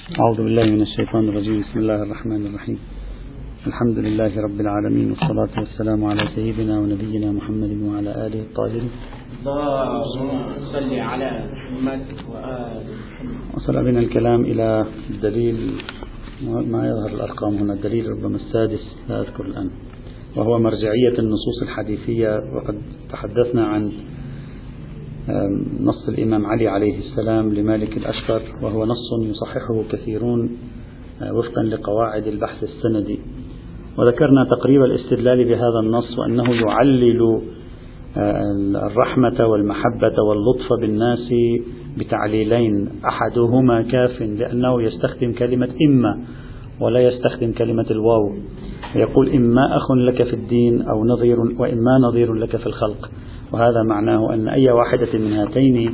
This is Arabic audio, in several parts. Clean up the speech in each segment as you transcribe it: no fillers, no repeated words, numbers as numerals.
أعوذ بالله من الشيطان الرجيم. بسم الله الرحمن الرحيم. الحمد لله رب العالمين، والصلاة والسلام على سيدنا ونبينا محمد وعلى آله الطاهرين. اللهم صل على محمد وآل محمد. وصل بنا الكلام إلى الدليل، ما يظهر الأرقام هنا، الدليل ربما السادس لا أذكر الآن، وهو مرجعية النصوص الحديثية. وقد تحدثنا عن نص الإمام علي عليه السلام لمالك الأشقر، وهو نص يصححه كثيرون وفقا لقواعد البحث السندي. وذكرنا تقريب الاستدلال بهذا النص، وأنه يعلل الرحمة والمحبة واللطف بالناس بتعليلين، أحدهما كاف لأنه يستخدم كلمة إما ولا يستخدم كلمة الواو، يقول إما أخ لك في الدين أو نظير، وإما نظير لك في الخلق. وهذا معناه أن أي واحدة من هاتين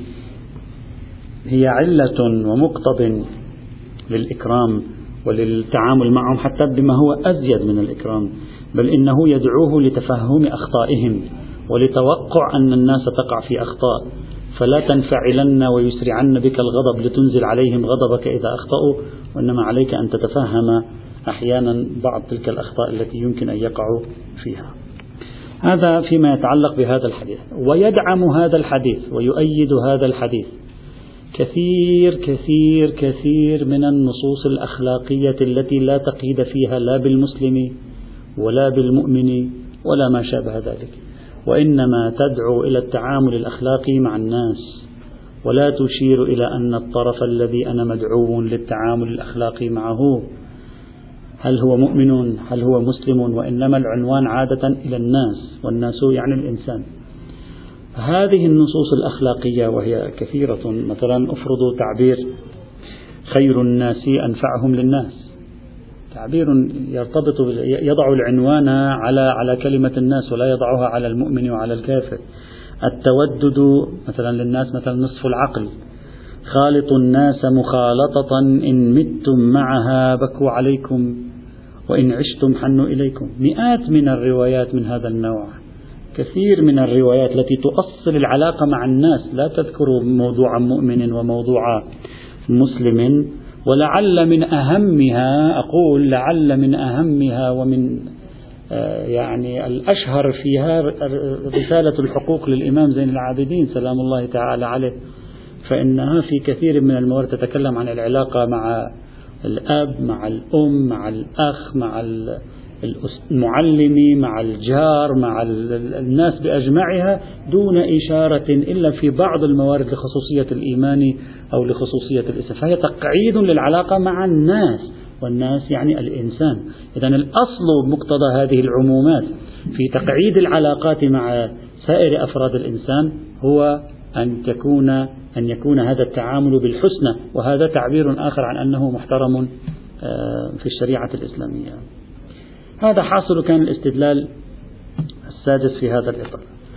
هي علة ومقتض للإكرام وللتعامل معهم، حتى بما هو أزيد من الإكرام، بل إنه يدعوه لتفهم أخطائهم ولتوقع أن الناس تقع في أخطاء، فلا تنفعلن ويسرعن بك الغضب لتنزل عليهم غضبك إذا أخطأوا، وإنما عليك أن تتفهم أحيانا بعض تلك الأخطاء التي يمكن أن يقعوا فيها. هذا فيما يتعلق بهذا الحديث. ويدعم هذا الحديث ويؤيد هذا الحديث كثير كثير كثير من النصوص الأخلاقية التي لا تقييد فيها لا بالمسلم ولا بالمؤمن ولا ما شابه ذلك، وإنما تدعو إلى التعامل الأخلاقي مع الناس، ولا تشير إلى أن الطرف الذي أنا مدعو للتعامل الأخلاقي معه هل هو مؤمن هل هو مسلم، وإنما العنوان عادة إلى الناس، والناس يعني الإنسان. هذه النصوص الأخلاقية وهي كثيرة، مثلا أفرضوا تعبير خير الناس أنفعهم للناس، تعبير يرتبط يضع العنوان على كلمة الناس ولا يضعها على المؤمن وعلى الكافر. التودد مثلا للناس مثلا نصف العقل، خالط الناس مخالطة إن متم معها بكوا عليكم وإن عشتم حنوا إليكم. مئات من الروايات من هذا النوع، كثير من الروايات التي تؤصل العلاقة مع الناس، لا تذكر موضوع مؤمن وموضوع مسلم. ولعل من أهمها، أقول لعل من أهمها ومن يعني الأشهر فيها رسالة الحقوق للإمام زين العابدين سلام الله تعالى عليه، فإنها في كثير من الموارد تتكلم عن العلاقة مع الأب، مع الأم، مع الأخ، مع المعلم، مع الجار، مع الناس بأجمعها، دون إشارة إلا في بعض الموارد لخصوصية الإيمان أو لخصوصية الإسلام. فهي تقعيد للعلاقة مع الناس، والناس يعني الإنسان. إذن الأصل مقتضى هذه العمومات في تقعيد العلاقات مع سائر أفراد الإنسان هو أن يكون هذا التعامل بالحسنى، وهذا تعبير آخر عن أنه محترم في الشريعة الإسلامية. هذا حاصل كان الاستدلال السادس في هذا الإطار.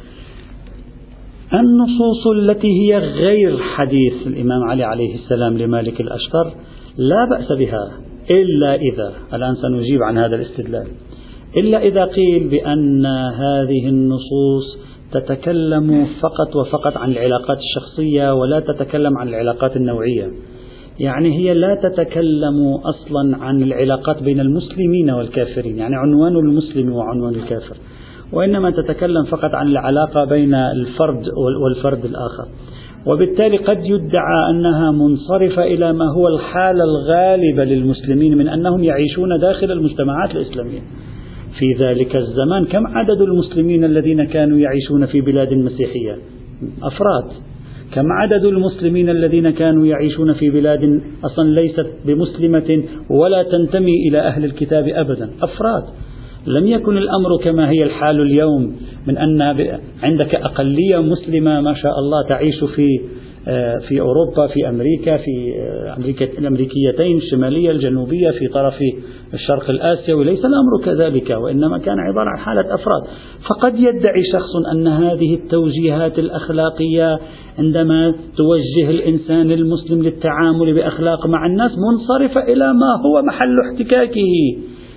النصوص التي هي غير حديث الإمام علي عليه السلام لمالك الأشقر لا بأس بها، إلا إذا، الآن سنجيب عن هذا الاستدلال، إلا إذا قيل بأن هذه النصوص تتكلم فقط وفقط عن العلاقات الشخصية ولا تتكلم عن العلاقات النوعية. يعني هي لا تتكلم أصلا عن العلاقات بين المسلمين والكافرين، يعني عنوان المسلم وعنوان الكافر، وإنما تتكلم فقط عن العلاقة بين الفرد والفرد الآخر. وبالتالي قد يدعى أنها منصرفة إلى ما هو الحالة الغالبة للمسلمين من أنهم يعيشون داخل المجتمعات الإسلامية. في ذلك الزمان كم عدد المسلمين الذين كانوا يعيشون في بلاد مسيحية؟ أفراد. كم عدد المسلمين الذين كانوا يعيشون في بلاد أصلا ليست بمسلمة ولا تنتمي إلى أهل الكتاب أبدا؟ أفراد. لم يكن الأمر كما هي الحال اليوم، من أن عندك أقلية مسلمة ما شاء الله تعيش في أوروبا، في أمريكا، الأمريكيتين الشمالية الجنوبية، في طرف الشرق الآسيوي. ليس الأمر كذلك، وإنما كان عبارة عن حالة أفراد. فقد يدعي شخص أن هذه التوجيهات الأخلاقية عندما توجه الإنسان المسلم للتعامل بأخلاق مع الناس منصرفة إلى ما هو محل احتكاكه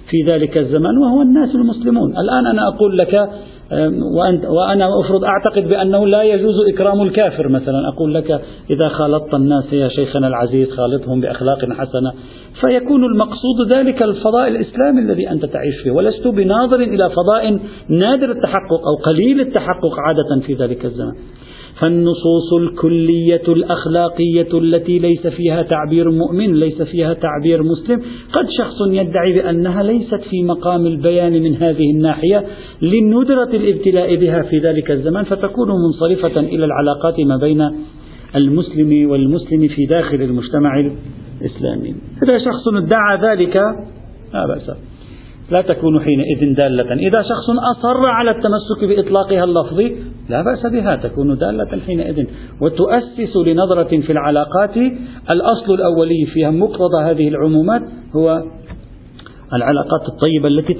في ذلك الزمان وهو الناس المسلمون. الآن أنا أقول لك وأنا أفرض أعتقد بأنه لا يجوز إكرام الكافر مثلا، أقول لك إذا خالطت الناس يا شيخنا العزيز خالطهم بأخلاق حسنة، فيكون المقصود ذلك الفضاء الإسلامي الذي أنت تعيش فيه، ولست بناظر إلى فضاء نادر التحقق أو قليل التحقق عادة في ذلك الزمان. فالنصوص الكلية الأخلاقية التي ليس فيها تعبير مؤمن ليس فيها تعبير مسلم، قد شخص يدعي بأنها ليست في مقام البيان من هذه الناحية لندرة الابتلاء بها في ذلك الزمان، فتكون منصرفة إلى العلاقات ما بين المسلم والمسلم في داخل المجتمع الإسلامي. إذا شخص ادعى ذلك لا بأس، لا تكون حينئذ دالة. إذا شخص أصر على التمسك بإطلاقها اللفظي لا بأس بها، تكون دالة حينئذ وتؤسس لنظرة في العلاقات. الأصل الأولي فيها مقتضى هذه العمومات هو العلاقات الطيبة التي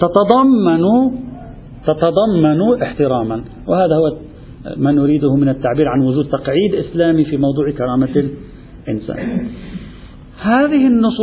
تتضمن احتراما، وهذا هو ما نريده من التعبير عن وجود تقعيد إسلامي في موضوع كرامة الإنسان. هذه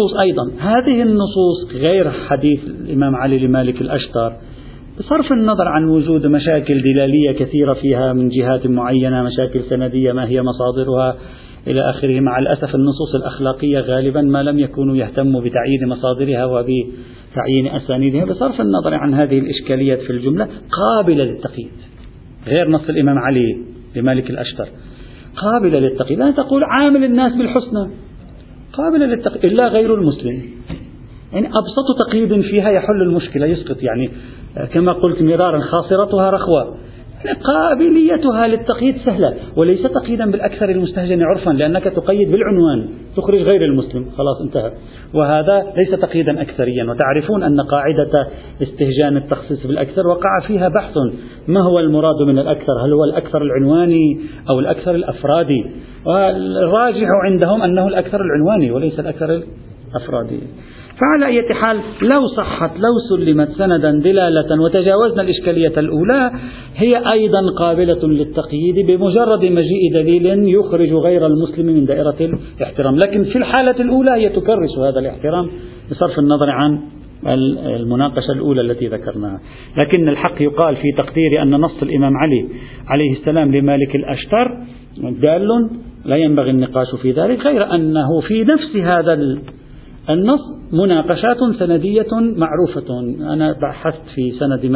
النصوص غير حديث الإمام علي لمالك الأشتر، بصرف النظر عن وجود مشاكل دلالية كثيرة فيها من جهات معينة، مشاكل سندية ما هي مصادرها إلى آخره، مع الأسف النصوص الأخلاقية غالبا ما لم يكونوا يهتموا بتعيين مصادرها وبتعيين أسانيدها، بصرف النظر عن هذه الإشكاليات في الجملة قابلة للتقييد. غير نص الإمام علي لمالك الأشتر قابلة للتقييد، لا تقول عامل الناس بالحسنى، قابلة للتقييد إلا غير المسلم. يعني أبسط تقييد فيها يحل المشكلة، يسقط، يعني كما قلت مرارا خاصرتها رخوة، قابليتها للتقييد سهلة، وليس تقييدا بالأكثر المستهجن عرفا، لأنك تقيد بالعنوان تخرج غير المسلم خلاص انتهى، وهذا ليس تقييدا أكثريا. وتعرفون أن قاعدة استهجان التخصيص بالأكثر وقع فيها بحث، ما هو المراد من الأكثر؟ هل هو الأكثر العنواني أو الأكثر الأفرادي؟ والراجح عندهم أنه الأكثر العنواني وليس الأكثر الأفرادي. فعلى أي حال لو صحت لو سلمت سندا دلالة وتجاوزنا الإشكالية الأولى، هي أيضا قابلة للتقييد بمجرد مجيء دليل يخرج غير المسلم من دائرة الاحترام. لكن في الحالة الأولى هي تكرس هذا الاحترام بصرف النظر عن المناقشة الأولى التي ذكرناها. لكن الحق يقال في تقدير أن نص الإمام علي عليه السلام لمالك الأشتر دال لا ينبغي النقاش في ذلك، غير أنه في نفس هذا النص مناقشات سندية معروفة. أنا بحثت في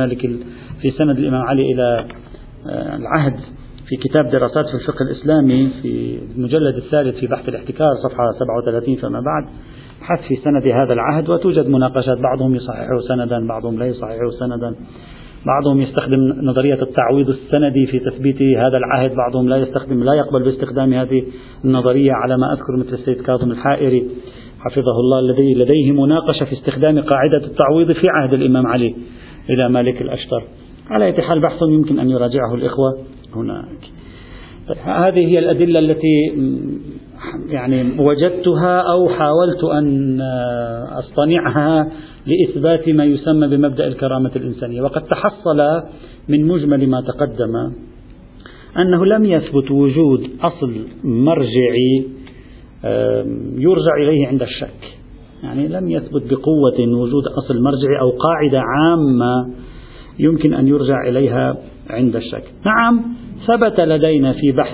سند الإمام علي إلى العهد في كتاب دراسات في الفقه الإسلامي في المجلد الثالث في بحث الاحتكار صفحة 37 فما بعد، بحث في سند هذا العهد وتوجد مناقشات، بعضهم يصححه سندا، بعضهم لا يصححه سندا، بعضهم يستخدم نظرية التعويض السندي في تثبيت هذا العهد، بعضهم لا يقبل باستخدام هذه النظرية على ما أذكر، مثل السيد كاظم الحائري حفظه الله الذي لديه مناقشة في استخدام قاعدة التعويض في عهد الإمام علي إلى مالك الأشتر. على أي حال بحث يمكن أن يراجعه الإخوة هناك. هذه هي الأدلة التي يعني وجدتها أو حاولت أن أصطنعها لإثبات ما يسمى بمبدأ الكرامة الإنسانية. وقد تحصل من مجمل ما تقدم أنه لم يثبت وجود أصل مرجعي يرجع إليه عند الشك، يعني لم يثبت بقوة وجود أصل مرجعي أو قاعدة عامة يمكن أن يرجع إليها عند الشك. نعم ثبت لدينا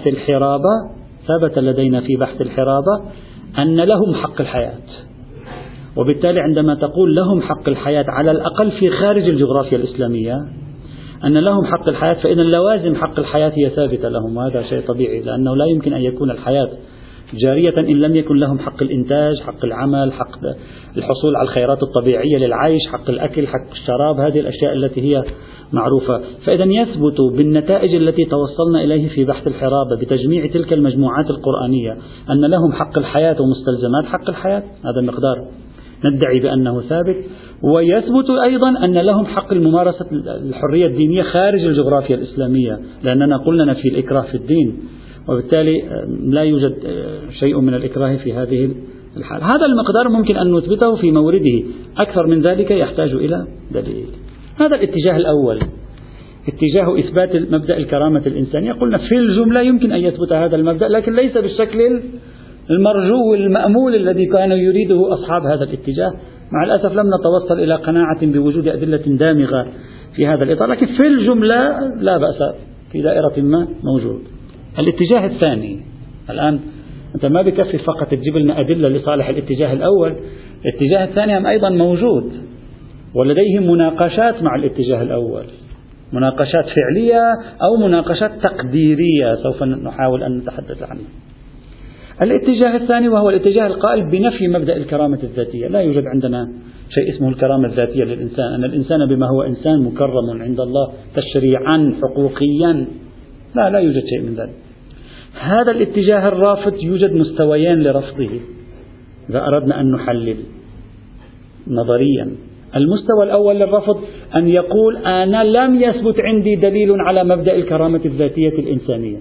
في بحث الحرابة أن لهم حق الحياة، وبالتالي عندما تقول لهم حق الحياة على الأقل في خارج الجغرافيا الإسلامية أن لهم حق الحياة، فإن لوازم حق الحياة هي ثابتة لهم، وهذا شيء طبيعي، لأنه لا يمكن أن يكون الحياة جارية إن لم يكن لهم حق الإنتاج، حق العمل، حق الحصول على الخيرات الطبيعية للعيش، حق الأكل، حق الشراب، هذه الأشياء التي هي معروفة. فإذا يثبت بالنتائج التي توصلنا إليه في بحث الحرابة بتجميع تلك المجموعات القرآنية أن لهم حق الحياة ومستلزمات حق الحياة، هذا المقدار ندعي بأنه ثابت. ويثبت أيضا أن لهم حق الممارسة الحرية الدينية خارج الجغرافيا الإسلامية، لأننا قلنا في الإكراه في الدين، وبالتالي لا يوجد شيء من الإكراه في هذه الحال. هذا المقدار ممكن أن نثبته في مورده، أكثر من ذلك يحتاج إلى دليل. هذا الاتجاه الأول، اتجاه إثبات مبدأ الكرامة الإنسانية. قلنا في الجملة يمكن أن يثبت هذا المبدأ، لكن ليس بالشكل المرجو المأمول الذي كان يريده أصحاب هذا الاتجاه مع الأسف لم نتوصل إلى قناعة بوجود أدلة دامغة في هذا الإطار، لكن في الجملة لا بأس، في دائرة ما موجود. الاتجاه الثاني، الآن أنت ما بكفي فقط تجيب لنا أدلة لصالح الاتجاه الأول، الاتجاه الثاني هم أيضا موجود ولديهم مناقشات مع الاتجاه الأول، مناقشات فعلية أو مناقشات تقديرية سوف نحاول أن نتحدث عنها. الاتجاه الثاني وهو الاتجاه القائل بنفي مبدأ الكرامة الذاتية. لا يوجد عندنا شيء اسمه الكرامة الذاتية للإنسان، أن الإنسان بما هو إنسان مكرم عند الله تشريعا حقوقيا، لا يوجد شيء من ذلك. هذا الاتجاه الرافض يوجد مستويان لرفضه إذا أردنا أن نحلل نظريا. المستوى الأول للرفض أن يقول أنا لم يثبت عندي دليل على مبدأ الكرامة الذاتية الإنسانية.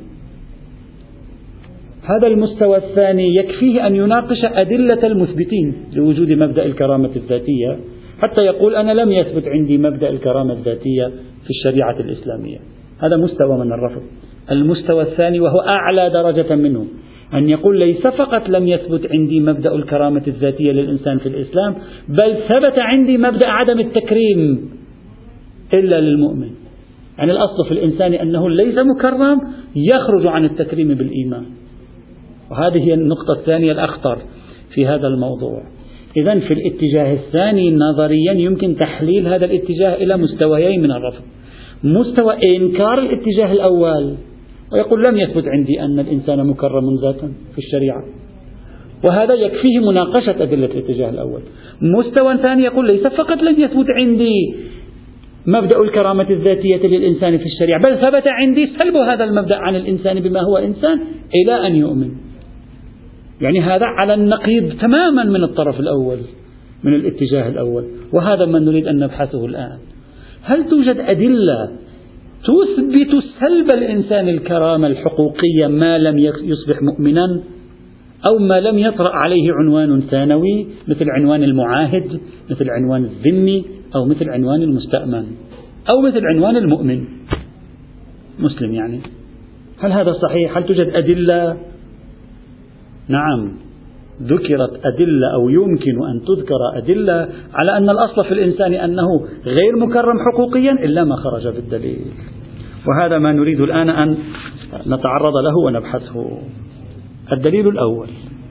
هذا المستوى الثاني يكفيه أن يناقش أدلة المثبتين لوجود مبدأ الكرامة الذاتية حتى يقول أنا لم يثبت عندي مبدأ الكرامة الذاتية في الشريعة الإسلامية. هذا مستوى من الرفض. المستوى الثاني وهو أعلى درجة منه أن يقول ليس فقط لم يثبت عندي مبدأ الكرامة الذاتية للإنسان في الإسلام، بل ثبت عندي مبدأ عدم التكريم إلا للمؤمن. يعني الأصل في الإنسان أنه ليس مكرم يخرج عن التكريم بالإيمان، وهذه هي النقطة الثانية الأخطر في هذا الموضوع. إذن في الاتجاه الثاني نظريا يمكن تحليل هذا الاتجاه إلى مستويين من الرفض: مستوى إنكار الاتجاه الأول ويقول لم يثبت عندي أن الإنسان مكرم ذاتا في الشريعة، وهذا يكفيه مناقشة أدلة الاتجاه الأول. مستوى ثاني يقول ليس فقط لم يثبت عندي مبدأ الكرامة الذاتية للإنسان في الشريعة، بل ثبت عندي سلب هذا المبدأ عن الإنسان بما هو إنسان إلى أن يؤمن. يعني هذا على النقيض تماما من الطرف الأول، من الاتجاه الأول، وهذا ما نريد أن نبحثه الآن. هل توجد أدلة تثبت سلب الإنسان الكرامة الحقوقية ما لم يصبح مؤمنا، أو ما لم يطرأ عليه عنوان ثانوي مثل عنوان المعاهد، مثل عنوان الذمي، أو مثل عنوان المستأمن، أو مثل عنوان المؤمن مسلم؟ يعني هل هذا صحيح؟ هل توجد أدلة؟ نعم، ذكرت أدلة أو يمكن أن تذكر أدلة على أن الأصل في الإنسان أنه غير مكرم حقوقيا إلا ما خرج بالدليل، وهذا ما نريد الآن أن نتعرض له ونبحثه. الدليل الأول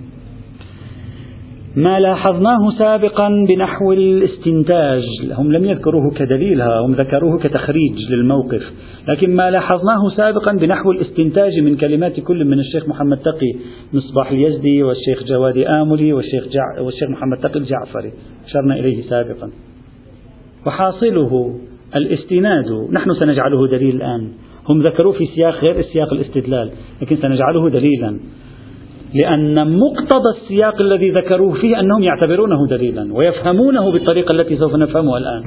ما لاحظناه سابقا بنحو الاستنتاج. هم لم يذكروه كدليلها، هم ذكروه كتخريج للموقف، لكن ما لاحظناه سابقا بنحو الاستنتاج من كلمات كل من الشيخ محمد تقي مصباح اليزدي والشيخ جوادي آملي والشيخ محمد تقي الجعفري أشرنا إليه سابقا، وحاصله الاستناد. نحن سنجعله دليل الآن، هم ذكروا في سياق غير سياق الاستدلال، لكن سنجعله دليلا لأن مقتضى السياق الذي ذكروه فيه أنهم يعتبرونه دليلا ويفهمونه بالطريقة التي سوف نفهمها الآن.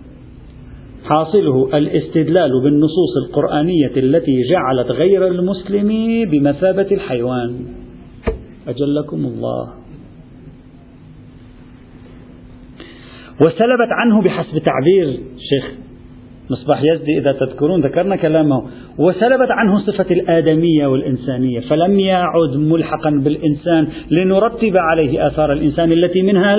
حاصله الاستدلال بالنصوص القرآنية التي جعلت غير المسلم بمثابة الحيوان. أجلكم الله. وسلبت عنه بحسب تعبير الشيخ مصباح يزدي إذا تذكرون ذكرنا كلامه، وسلبت عنه صفة الآدمية والإنسانية، فلم يعد ملحقا بالإنسان لنرتب عليه آثار الإنسان التي منها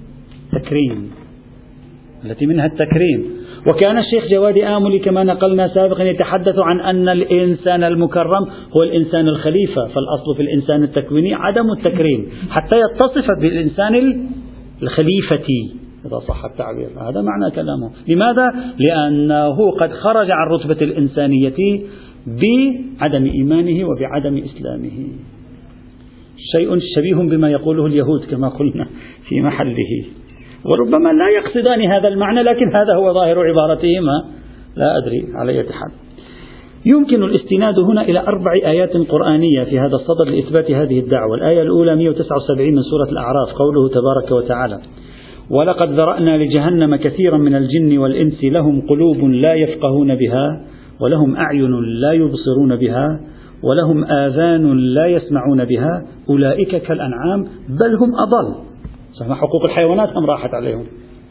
التكريم. وكان الشيخ جوادي آملي كما نقلنا سابقا يتحدث عن أن الإنسان المكرم هو الإنسان الخليفة، فالأصل في الإنسان التكويني عدم التكريم حتى يتصف بالإنسان الخليفة إذا صح التعبير. هذا معنى كلامه. لماذا؟ لأنه قد خرج عن رتبة الإنسانية بعدم إيمانه وبعدم إسلامه. شيء شبيه بما يقوله اليهود كما قلنا في محله، وربما لا يقصدان هذا المعنى، لكن هذا هو ظاهر عبارتهما، لا أدري على أي حال. يمكن الاستناد هنا إلى 4 آيات قرآنية في هذا الصدد لإثبات هذه الدعوة. الآية الأولى 179 من سورة الأعراف، قوله تبارك وتعالى: ولقد ذرأنا لجهنم كثيرا من الجن والإنس لهم قلوب لا يفقهون بها ولهم أعين لا يبصرون بها ولهم آذان لا يسمعون بها أولئك كالأنعام بل هم أضل. حقوق الحيوانات هم راحت عليهم،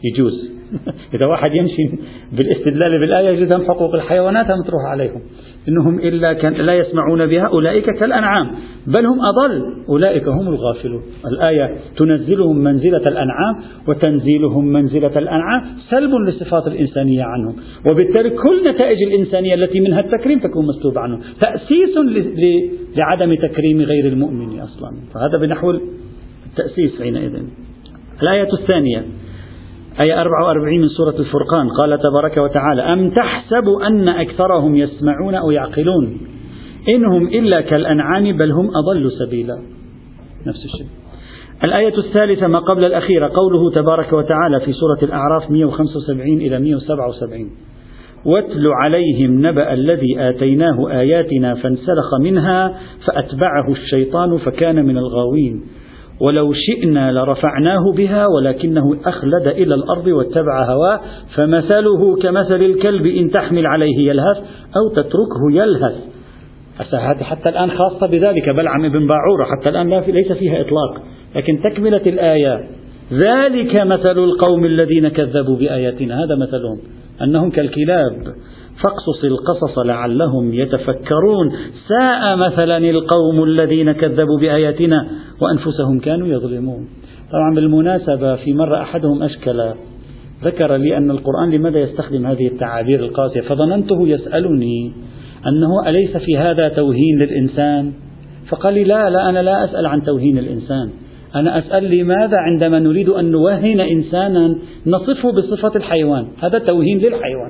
يجوز إذا واحد يمشي بالاستدلال بالآية يجوز هم حقوق الحيوانات هم تروح عليهم، إنهم إلا كان لا يسمعون بها أولئك كالأنعام بل هم أضل أولئك هم الغافلون. الآية تنزلهم منزلة الأنعام وتنزيلهم منزلة الأنعام سلب للصفات الإنسانية عنهم، وبالتالي كل نتائج الإنسانية التي منها التكريم تكون مسلوبة عنهم، تأسيس لعدم تكريم غير المؤمن أصلا. فهذا بنحو التأسيس حينئذ. الآية الثانية آية 44 من سورة الفرقان، قال تبارك وتعالى: أم تحسب أن أكثرهم يسمعون أو يعقلون إنهم إلا كالأنعام بل هم أضل سبيلا. نفس الشيء. الآية الثالثة ما قبل الأخيرة قوله تبارك وتعالى في سورة الأعراف 175 إلى 177: واتل عليهم نبأ الذي آتيناه آياتنا فانسلخ منها فأتبعه الشيطان فكان من الغاوين ولو شئنا لرفعناه بها ولكنه أخلد إلى الأرض واتبع هواه فمثله كمثل الكلب إن تحمل عليه يلهث أو تتركه يلهث. هذه حتى الآن خاصة بذلك بلعم بن باعورة، حتى الآن ليس فيها إطلاق، لكن تكملة الآية: ذلك مثل القوم الذين كذبوا بآياتنا، هذا مثلهم أنهم كالكلاب فاقصص القصص لعلهم يتفكرون ساء مثلا القوم الذين كذبوا بآياتنا وأنفسهم كانوا يظلمون. طبعا بالمناسبة في مرة أحدهم أشكل ذكر لي أن القرآن لماذا يستخدم هذه التعابير القاسية، فظننته يسألني أنه أليس في هذا توهين للإنسان؟ فقال لي لا أنا لا أسأل عن توهين الإنسان، أنا أسأل لماذا عندما نريد أن نوهن إنسانا نصفه بصفة الحيوان، هذا توهين للحيوان.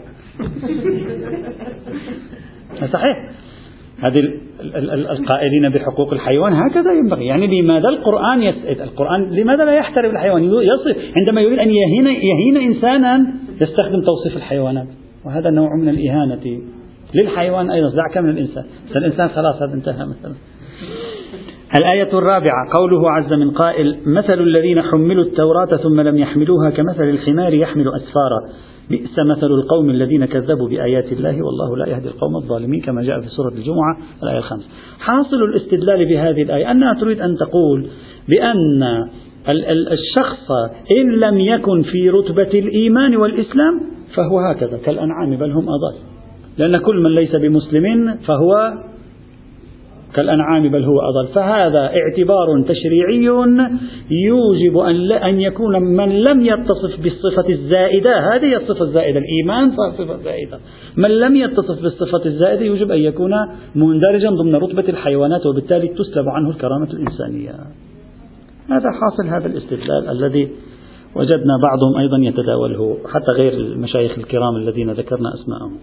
صحيح، هذه القائلين بحقوق الحيوان هكذا ينبغي. يعني لماذا القرآن يسأل؟ القرآن لماذا لا يحترم الحيوان؟ يصف عندما يريد أن يهين إنسانا يستخدم توصيف الحيوانات، وهذا نوع من الإهانة للحيوان أيضا. دعك من الإنسان، الإنسان خلاص هذا انتهى مثلا. الآية الرابعة قوله عز من قائل: مثل الذين حملوا التوراة ثم لم يحملوها كمثل الحمار يحمل أسفارا بئس مثل القوم الذين كذبوا بآيات الله والله لا يهدي القوم الظالمين، كما جاء في سورة الجمعة الآية 5. حاصل الاستدلال بهذه الآية أنها تريد أن تقول بأن الشخص إن لم يكن في رتبة الإيمان والإسلام فهو هكذا كالأنعام بل هم أضل، لأن كل من ليس بمسلم فهو كالأنعام بل هو أضل. فهذا اعتبار تشريعي يوجب أن يكون من لم يتصف بالصفة الزائدة، هذه الصفة الزائدة، الإيمان صار صفة زائدة، من لم يتصف بالصفة الزائدة يجب أن يكون مندرجا ضمن رتبة الحيوانات وبالتالي تسلب عنه الكرامة الإنسانية. هذا حاصل هذا الاستدلال الذي وجدنا بعضهم أيضا يتداوله، حتى غير المشايخ الكرام الذين ذكرنا أسماءهم.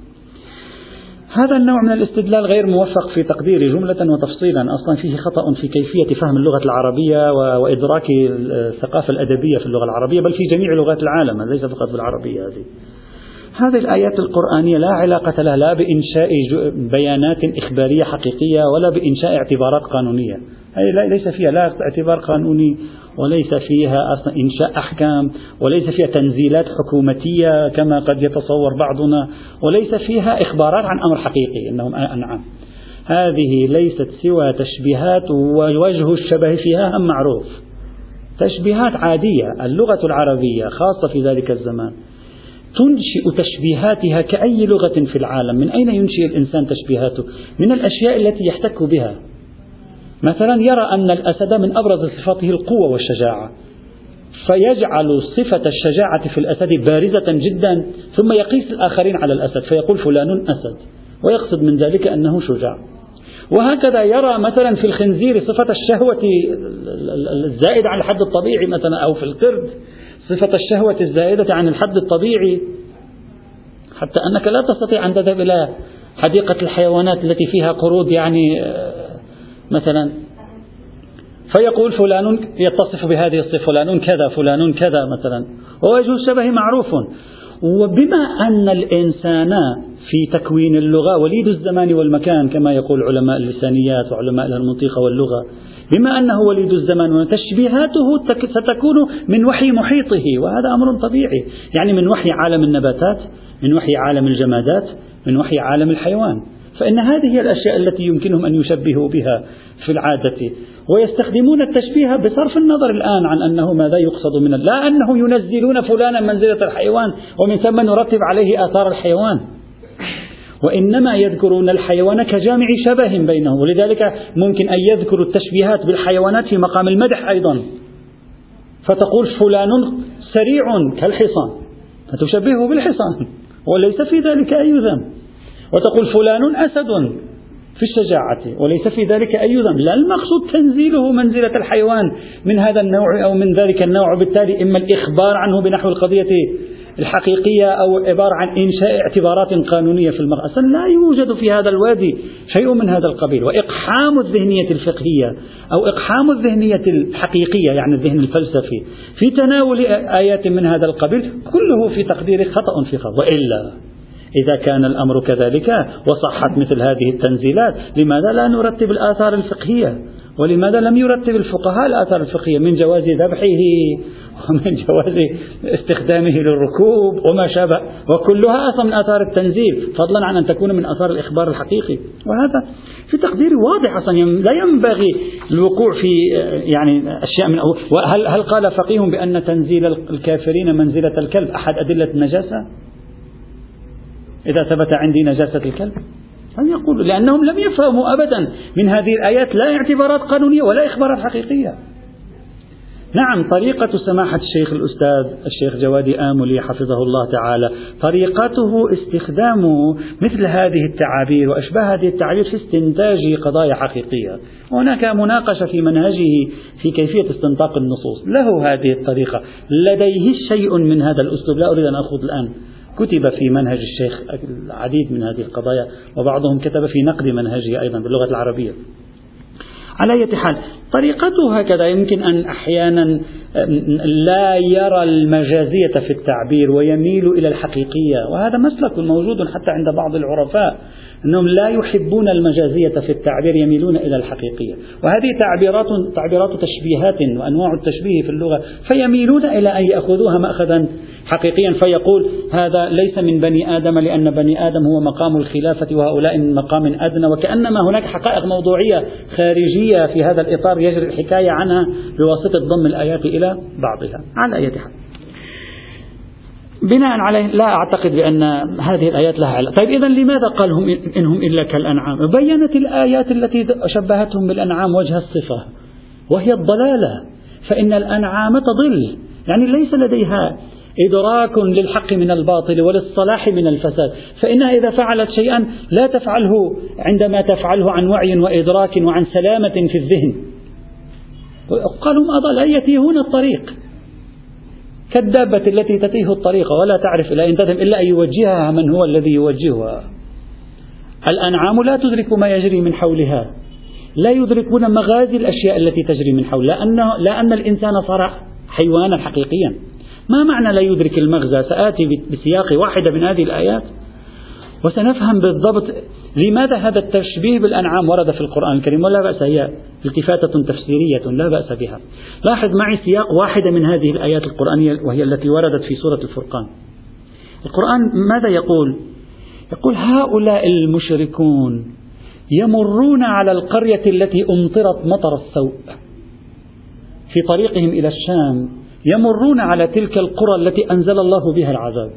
هذا النوع من الاستدلال غير موفق في تقديري جملة وتفصيلا، أصلا فيه خطأ في كيفية فهم اللغة العربية وإدراك الثقافة الأدبية في اللغة العربية، بل في جميع لغات العالم ليس فقط بالعربية. هذه الآيات القرآنية لا علاقة لها لا بإنشاء بيانات إخبارية حقيقية ولا بإنشاء اعتبارات قانونية، ليس فيها لا اعتبار قانوني وليس فيها أصلا إنشاء أحكام وليس فيها تنزيلات حكومتية كما قد يتصور بعضنا، وليس فيها إخبارات عن أمر حقيقي إنهم أنعام. هذه ليست سوى تشبيهات ووجه الشبه فيها هم معروف، تشبيهات عادية. اللغة العربية خاصة في ذلك الزمان تنشئ تشبيهاتها كأي لغة في العالم. من أين ينشئ الإنسان تشبيهاته؟ من الأشياء التي يحتك بها. مثلا يرى أن الأسد من أبرز صفاته القوة والشجاعة، فيجعل صفة الشجاعة في الأسد بارزة جدا، ثم يقيس الآخرين على الأسد فيقول فلان أسد، ويقصد من ذلك أنه شجاع. وهكذا يرى مثلا في الخنزير صفة الشهوة الزائدة عن الحد الطبيعي مثلا، أو في القرد صفة الشهوة الزائدة عن الحد الطبيعي، حتى أنك لا تستطيع أن تذهب إلى حديقة الحيوانات التي فيها قرود يعني مثلا فيقول فلان يتصف بهذه الصفة، فلان كذا فلان كذا مثلا، ووجه الشبه معروف. وبما أن الإنسان في تكوين اللغة وليد الزمان والمكان كما يقول علماء اللسانيات وعلماء المنطقة واللغة، بما أنه وليد الزمان وتشبيهاته ستكون من وحي محيطه، وهذا أمر طبيعي، يعني من وحي عالم النباتات، من وحي عالم الجمادات، من وحي عالم الحيوان. فإن هذه هي الأشياء التي يمكنهم أن يشبهوا بها في العادة، ويستخدمون التشبيه بصرف النظر الآن عن أنه ماذا يقصد من لا أنه ينزلون فلانا منزلة الحيوان ومن ثم نرتب عليه آثار الحيوان، وإنما يذكرون الحيوان كجامع شبه بينه، ولذلك ممكن أن يذكروا التشبيهات بالحيوانات في مقام المدح أيضا، فتقول فلان سريع كالحصان فتشبهه بالحصان وليس في ذلك أي ذنب، وتقول فلان أسد في الشجاعة وليس في ذلك أي ذنب. لا المقصود تنزيله منزلة الحيوان من هذا النوع أو من ذلك النوع، وبالتالي إما الإخبار عنه بنحو القضية الحقيقية أو عبارة عن إنشاء اعتبارات قانونية في المرأة. أصلا لا يوجد في هذا الوادي شيء من هذا القبيل. وإقحام الذهنية الفقهية أو إقحام الذهنية الحقيقية يعني الذهن الفلسفي في تناول آيات من هذا القبيل كله في تقدير خطأ في خطأ. وإلا إذا كان الأمر كذلك وصحت مثل هذه التنزيلات لماذا لا نرتب الآثار الفقهية؟ ولماذا لم يرتب الفقهاء الآثار الفقهية من جواز ذبحه ومن جواز استخدامه للركوب وما شابه، وكلها أصلا من آثار التنزيل فضلا عن أن تكون من آثار الإخبار الحقيقي. وهذا في تقديري واضح أصلا لا ينبغي الوقوع في يعني أشياء من هل قال فقيه بأن تنزيل الكافرين منزلة الكلب أحد أدلة النجاسة إذا ثبت عندي نجاسة الكلب؟ هل يقول لأنهم لم يفهموا أبدا من هذه الآيات لا اعتبارات قانونية ولا إخبارات حقيقية. نعم طريقة سماحة الشيخ الأستاذ الشيخ جوادي آملي حفظه الله تعالى طريقته استخدام مثل هذه التعابير وأشباه هذه التعابير في استنتاج قضايا حقيقية. هناك مناقشة في منهجه في كيفية استنطاق النصوص، له هذه الطريقة، لديه شيء من هذا الأسلوب لا أريد أن أخوض الآن. كتب في منهج الشيخ العديد من هذه القضايا وبعضهم كتب في نقد منهجه أيضا باللغة العربية. على أي حال طريقته هكذا، يمكن أن أحيانا لا يرى المجازية في التعبير ويميل إلى الحقيقية، وهذا مسلك موجود حتى عند بعض العرفاء أنهم لا يحبون المجازية في التعبير يميلون إلى الحقيقية، وهذه تعبيرات تشبيهات وأنواع التشبيه في اللغة فيميلون إلى أن يأخذوها مأخذا حقيقيا، فيقول هذا ليس من بني آدم لأن بني آدم هو مقام الخلافة وهؤلاء من مقام أدنى، وكأنما هناك حقائق موضوعية خارجية في هذا الإطار يجري الحكاية عنها بواسطة ضم الآيات إلى بعضها. على أي حال بناء عليه لا أعتقد بأن هذه الآيات لها علاقة. طيب إذن لماذا قال إنهم إلا كالأنعام؟ بيّنت الآيات التي شبهتهم بالأنعام وجه الصفة وهي الضلالة، فإن الأنعام تضل يعني ليس لديها إدراك للحق من الباطل وللصلاح من الفساد، فإنها إذا فعلت شيئا لا تفعله عندما تفعله عن وعي وإدراك وعن سلامة في الذهن. قالوا أضل يتيهون الطريق كالدابة التي تتيه الطريق ولا تعرف إلى أن تذهب إلا أن يوجهها من هو الذي يوجهها. الأنعام لا تدرك ما يجري من حولها، لا يدركون مغازي الأشياء التي تجري من حولها، لأن الإنسان صار حيوانا حقيقيا. ما معنى لا يدرك المغزى؟ سآتي بسياق واحدة من هذه الآيات وسنفهم بالضبط لماذا هذا التشبيه بالأنعام ورد في القرآن الكريم، ولا بأس، هي التفاتة تفسيرية لا بأس بها. لاحظ معي سياق واحدة من هذه الآيات القرآنية وهي التي وردت في سورة الفرقان. القرآن ماذا يقول؟ يقول هؤلاء المشركون يمرون على القرية التي أمطرت مطر السوء في طريقهم إلى الشام، يمرون على تلك القرى التي أنزل الله بها العذاب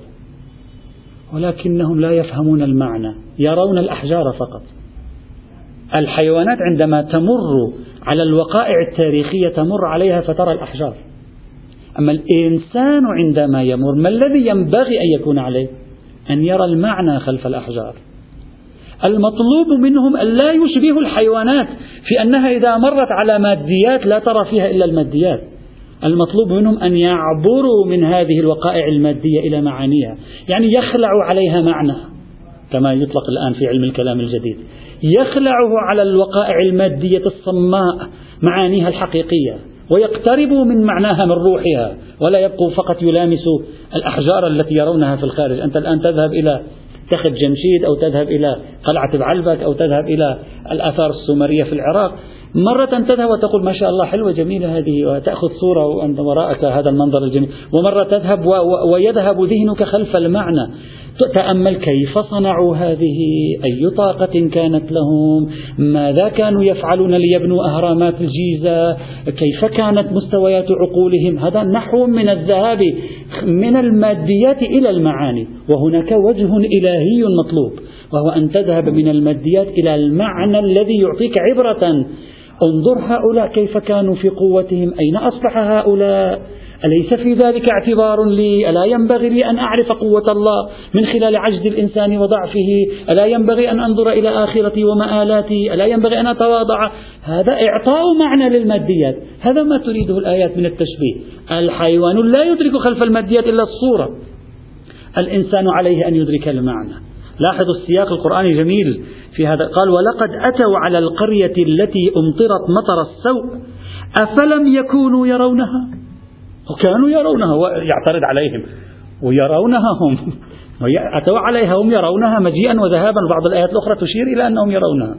ولكنهم لا يفهمون المعنى، يرون الأحجار فقط. الحيوانات عندما تمر على الوقائع التاريخية تمر عليها فترى الأحجار، أما الإنسان عندما يمر ما الذي ينبغي أن يكون عليه؟ أن يرى المعنى خلف الأحجار. المطلوب منهم أن لا يشبهوا الحيوانات في أنها إذا مرت على ماديات لا ترى فيها إلا الماديات، المطلوب منهم أن يعبروا من هذه الوقائع المادية إلى معانيها، يعني يخلعوا عليها معنى كما يطلق الآن في علم الكلام الجديد، يخلعوا على الوقائع المادية الصماء معانيها الحقيقية ويقتربوا من معناها من روحها، ولا يبقوا فقط يلامسوا الأحجار التي يرونها في الخارج. أنت الآن تذهب إلى تخت جمشيد أو تذهب إلى قلعة بعلبك أو تذهب إلى الآثار السومرية في العراق، مرة تذهب وتقول ما شاء الله حلوة جميلة هذه وتأخذ صورة وأنت وراءك هذا المنظر الجميل، ومرة تذهب ويذهب ذهنك خلف المعنى. تأمل كيف صنعوا هذه، أي طاقة كانت لهم، ماذا كانوا يفعلون ليبنوا أهرامات الجيزة، كيف كانت مستويات عقولهم. هذا نحو من الذهاب من الماديات إلى المعاني، وهناك وجه إلهي مطلوب، وهو أن تذهب من الماديات إلى المعنى الذي يعطيك عبرة. انظر هؤلاء كيف كانوا في قوتهم، أين أصبح هؤلاء؟ أليس في ذلك اعتبار لي؟ ألا ينبغي لي أن أعرف قوة الله من خلال عجز الإنسان وضعفه؟ ألا ينبغي أن أنظر إلى آخرتي ومآلاتي؟ ألا ينبغي أن أتواضع؟ هذا إعطاء معنى للماديات، هذا ما تريده الآيات من التشبيه. الحيوان لا يدرك خلف الماديات إلا الصورة، الإنسان عليه أن يدرك المعنى. لاحظوا السياق القرآني جميل في هذا، قال ولقد أتوا على القرية التي أمطرت مطر السوء أفلم يكونوا يرونها. وكانوا يرونها ويعترض عليهم ويرونها هم، أتوا عليها هم يرونها مجيئا وذهابا. بعض الآيات الأخرى تشير إلى أنهم يرونها.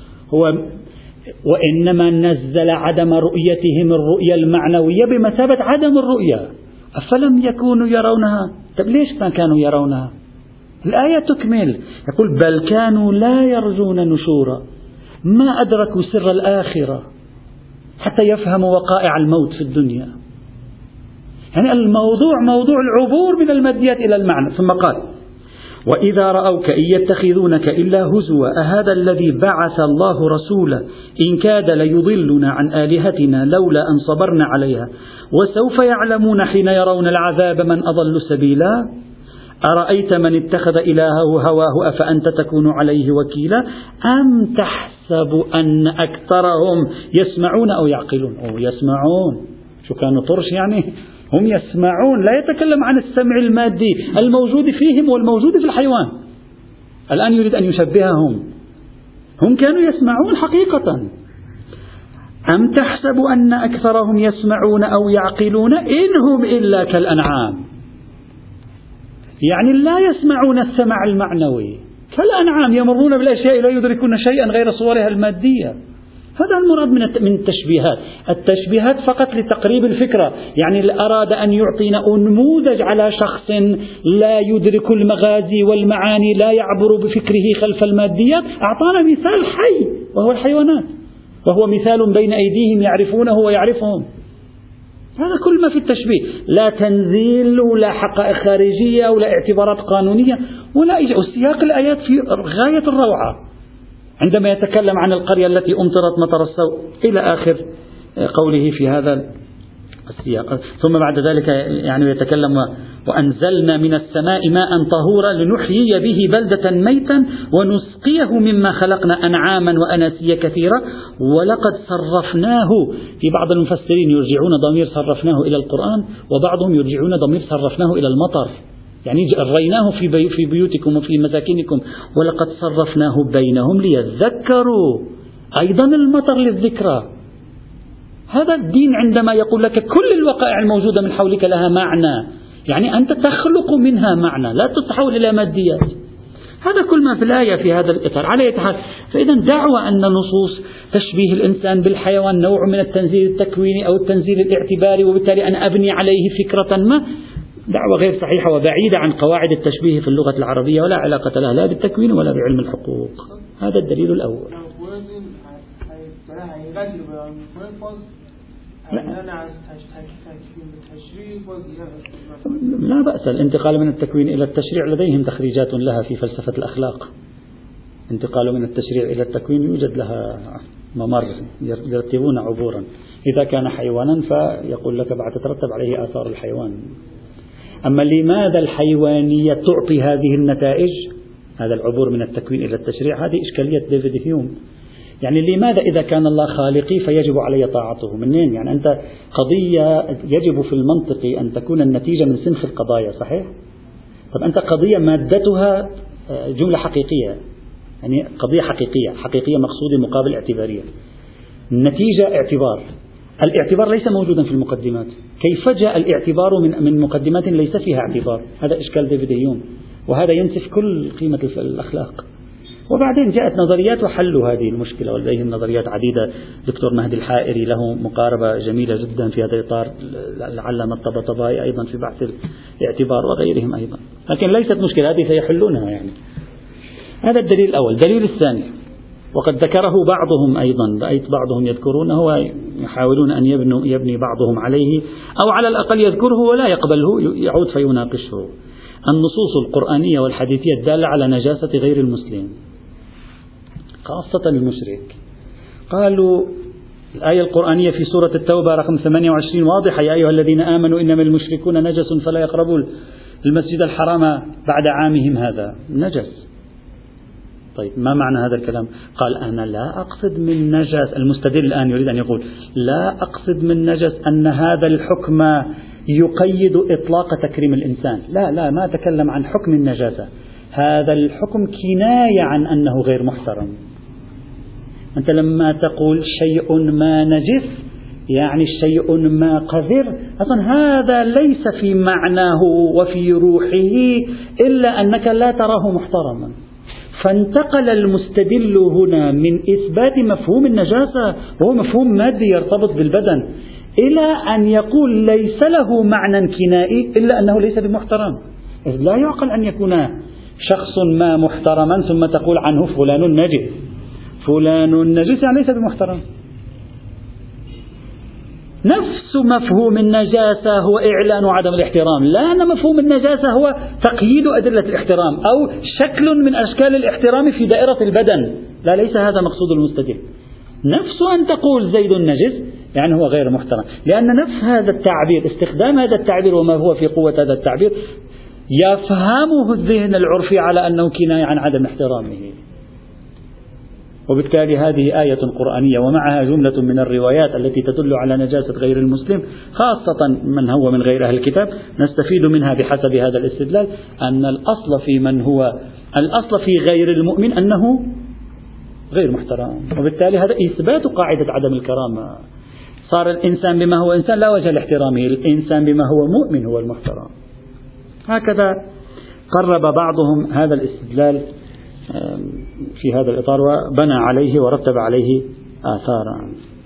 وإنما نزل عدم رؤيتهم الرؤية المعنوية بمثابة عدم الرؤية. أفلم يكونوا يرونها؟ طب ليش ما كانوا يرونها؟ الآية تكمل يقول بل كانوا لا يرجون نشورا، ما أدركوا سر الآخرة حتى يفهموا وقائع الموت في الدنيا. يعني الموضوع موضوع العبور من الماديات إلى المعنى. ثم قال وإذا رأوك إن يتخذونك إلا هزوا أهذا الذي بعث الله رسولا إن كاد ليضلنا عن آلهتنا لولا أن صبرنا عليها وسوف يعلمون حين يرون العذاب من أضل سبيلا أرأيت من اتخذ إلهه هواه أفأنت تكون عليه وكيلا أم تحسب أن أكثرهم يسمعون أو يعقلون. أو يسمعون، شو كانوا طرش يعني؟ هم يسمعون، لا يتكلم عن السمع المادي الموجود فيهم والموجود في الحيوان. الآن يريد أن يشبههم، هم كانوا يسمعون حقيقة. أم تحسب أن أكثرهم يسمعون أو يعقلون إن هم إلا كالأنعام. يعني لا يسمعون السمع المعنوي، كالأنعام يمرون بالأشياء لا يدركون شيئا غير صورها المادية. هذا المراد من التشبيهات. التشبيهات فقط لتقريب الفكرة، يعني أراد أن يعطينا نموذج على شخص لا يدرك المغازي والمعاني، لا يعبر بفكره خلف الماديات، أعطانا مثال حي وهو الحيوانات، وهو مثال بين أيديهم يعرفونه ويعرفهم. هذا كل ما في التشبيه، لا تنزيل ولا حقائق خارجية ولا اعتبارات قانونية ولا سياق الآيات في غاية الروعة عندما يتكلم عن القرية التي أمطرت مطر السوء إلى آخر قوله في هذا السياق. ثم بعد ذلك يعني يتكلم وأنزلنا من السماء ماء طهورا لنحيي به بلدة ميتا ونسقيه مما خلقنا أنعاما وأناسيا كثيرة ولقد صرفناه. في بعض المفسرين يرجعون ضمير صرفناه إلى القرآن، وبعضهم يرجعون ضمير صرفناه إلى المطر، يعني جريناه في بيوتكم وفي مساكنكم ولقد صرفناه بينهم ليذكروا. أيضا المطر للذكرى. هذا الدين عندما يقول لك كل الوقائع الموجودة من حولك لها معنى، يعني أنت تخلق منها معنى، لا تتحول إلى ماديات. هذا كل ما في الآية في هذا الإطار. على أي حال، فإذا دعوة أن نصوص تشبيه الإنسان بالحيوان نوع من التنزيل التكويني أو التنزيل الاعتباري، وبالتالي أن أبني عليه فكرة ما، دعوة غير صحيحة وبعيدة عن قواعد التشبيه في اللغة العربية، ولا علاقة لها لا بالتكوين ولا بعلم الحقوق. هذا الدليل الأول. لا بأس الانتقال من التكوين إلى التشريع، لديهم تخريجات لها في فلسفة الأخلاق. انتقال من التشريع إلى التكوين يوجد لها ممر يرتبون عبورا. إذا كان حيوانا فيقول لك بعد تترتب عليه آثار الحيوان. أما لماذا الحيوانية تعطي هذه النتائج، هذا العبور من التكوين إلى التشريع، هذه إشكالية ديفيد هيوم. يعني لماذا إذا كان الله خالقي فيجب علي طاعته؟ منين؟ يعني أنت قضية يجب في المنطق أن تكون النتيجة من سنخ القضايا، صحيح؟ طب أنت قضية مادتها جملة حقيقية، يعني قضية حقيقية مقصودة مقابل اعتبارية. النتيجة اعتبار. الاعتبار ليس موجودا في المقدمات. كيف جاء الاعتبار من مقدمات ليس فيها اعتبار؟ هذا إشكال ديفيد هيوم، وهذا ينسف كل قيمة الأخلاق. وبعدين جاءت نظريات وحلوا هذه المشكلة، ولديهم نظريات عديدة. دكتور مهدي الحائري له مقاربة جميلة جدا في هذا الإطار، العلامة الطباطبائي أيضا في بحث الاعتبار وغيرهم أيضا، لكن ليست مشكلة، هذه سيحلونها يعني. هذا الدليل الأول. الدليل الثاني وقد ذكره بعضهم أيضا، رأيت بعضهم يذكرونه ويحاولون أن يبني بعضهم عليه، أو على الأقل يذكره ولا يقبله، يعود فيناقشه. النصوص القرآنية والحديثية الدالة على نجاسة غير المسلم خاصة المشرك. قالوا الآية القرآنية في سورة التوبة رقم 28 واضحة: يا أيها الذين آمنوا إنما المشركون نجس فلا يقربوا المسجد الحرام بعد عامهم هذا. نجس. طيب ما معنى هذا الكلام؟ قال أنا لا أقصد من نجس، المستدل الآن يريد أن يقول لا أقصد من نجس أن هذا الحكم يقيد إطلاق تكريم الإنسان، لا ما أتكلم عن حكم النجاسة، هذا الحكم كناية عن أنه غير محترم. أنت لما تقول شيء ما نجس يعني شيء ما قذر، أصلا هذا ليس في معناه وفي روحه إلا أنك لا تراه محترما. فانتقل المستدل هنا من إثبات مفهوم النجاسة وهو مفهوم مادي يرتبط بالبدن إلى أن يقول ليس له معنى كنائي إلا أنه ليس بمحترم. لا يعقل أن يكون شخص ما محترما ثم تقول عنه فلان نجس. فلان نجس يعني ليس بمحترم. نفس مفهوم النجاسة هو إعلان عدم الاحترام، لا أن مفهوم النجاسة هو تقييد أدلة الاحترام أو شكل من أشكال الاحترام في دائرة البدن. لا، ليس هذا مقصود المستدل. نفس أن تقول زيد نجس يعني هو غير محترم، لأن نفس هذا التعبير، استخدام هذا التعبير وما هو في قوة هذا التعبير يفهمه الذهن العرفي على أنه كناية عن عدم احترامه. وبالتالي هذه آية قرآنية ومعها جملة من الروايات التي تدل على نجاسة غير المسلم، خاصة من هو من غير أهل الكتاب. نستفيد منها بحسب هذا الاستدلال أن الأصل في غير المؤمن أنه غير محترم، وبالتالي هذا إثبات قاعدة عدم الكرامة. صار الإنسان بما هو إنسان لا وجه لاحترامه، الإنسان بما هو مؤمن هو المحترم. هكذا قرب بعضهم هذا الاستدلال في هذا الإطار وبنى عليه ورتب عليه آثارا.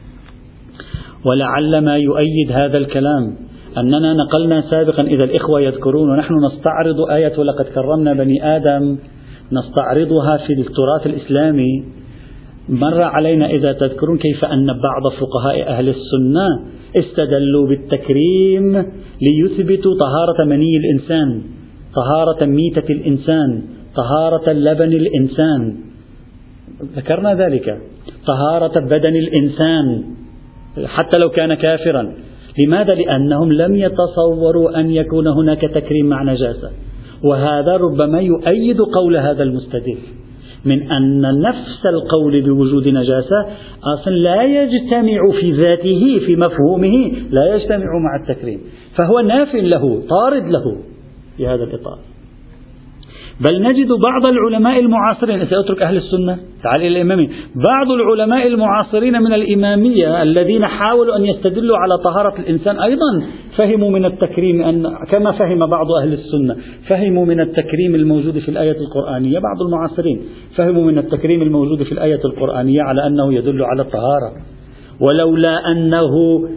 ولعل ما يؤيد هذا الكلام أننا نقلنا سابقا، إذا الإخوة يذكرون، ونحن نستعرض آية ولقد كرمنا بني آدم، نستعرضها في التراث الإسلامي. مر علينا إذا تذكرون كيف أن بعض فقهاء أهل السنة استدلوا بالتكريم ليثبتوا طهارة مني الإنسان، طهارة ميتة الإنسان، طهارة لبن الإنسان، ذكرنا ذلك، طهارة بدن الإنسان حتى لو كان كافرا. لماذا؟ لأنهم لم يتصوروا أن يكون هناك تكريم مع نجاسة. وهذا ربما يؤيد قول هذا المستدل من أن نفس القول بوجود نجاسة أصلا لا يجتمع في ذاته في مفهومه، لا يجتمع مع التكريم، فهو ناف له طارد له في هذا الإطار. بل نجد بعض العلماء المعاصرين، سأترك أهل السنة تعال إلى الإمامية، بعض العلماء المعاصرين من الإمامية الذين حاولوا أن يستدلوا على طهارة الإنسان أيضا فهموا من التكريم أن كما فهم بعض أهل السنة، فهموا من التكريم الموجود في الآية القرآنية، بعض المعاصرين فهموا من التكريم الموجود في الآية القرآنية على أنه يدل على الطهارة، ولولا أنه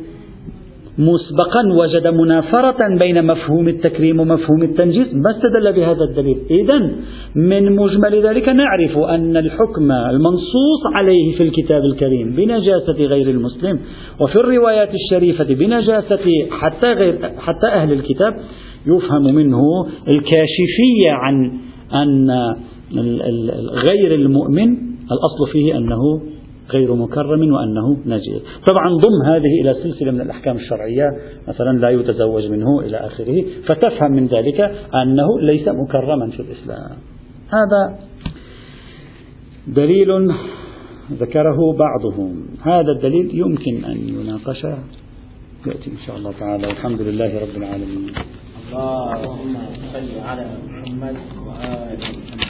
مسبقا وجد منافرة بين مفهوم التكريم ومفهوم التنجيس ما استدل بهذا الدليل. إذن من مجمل ذلك نعرف أن الحكم المنصوص عليه في الكتاب الكريم بنجاسة غير المسلم وفي الروايات الشريفة بنجاسة حتى أهل الكتاب يفهم منه الكاشفية عن أن غير المؤمن الأصل فيه أنه غير مكرم وأنه نجس. طبعا ضم هذه إلى سلسلة من الأحكام الشرعية، مثلا لا يتزوج منه إلى آخره، فتفهم من ذلك أنه ليس مكرما في الإسلام. هذا دليل ذكره بعضهم، هذا الدليل يمكن أن يناقش، يأتي إن شاء الله تعالى. والحمد لله رب العالمين. اللهم صل على محمد وآل محمد.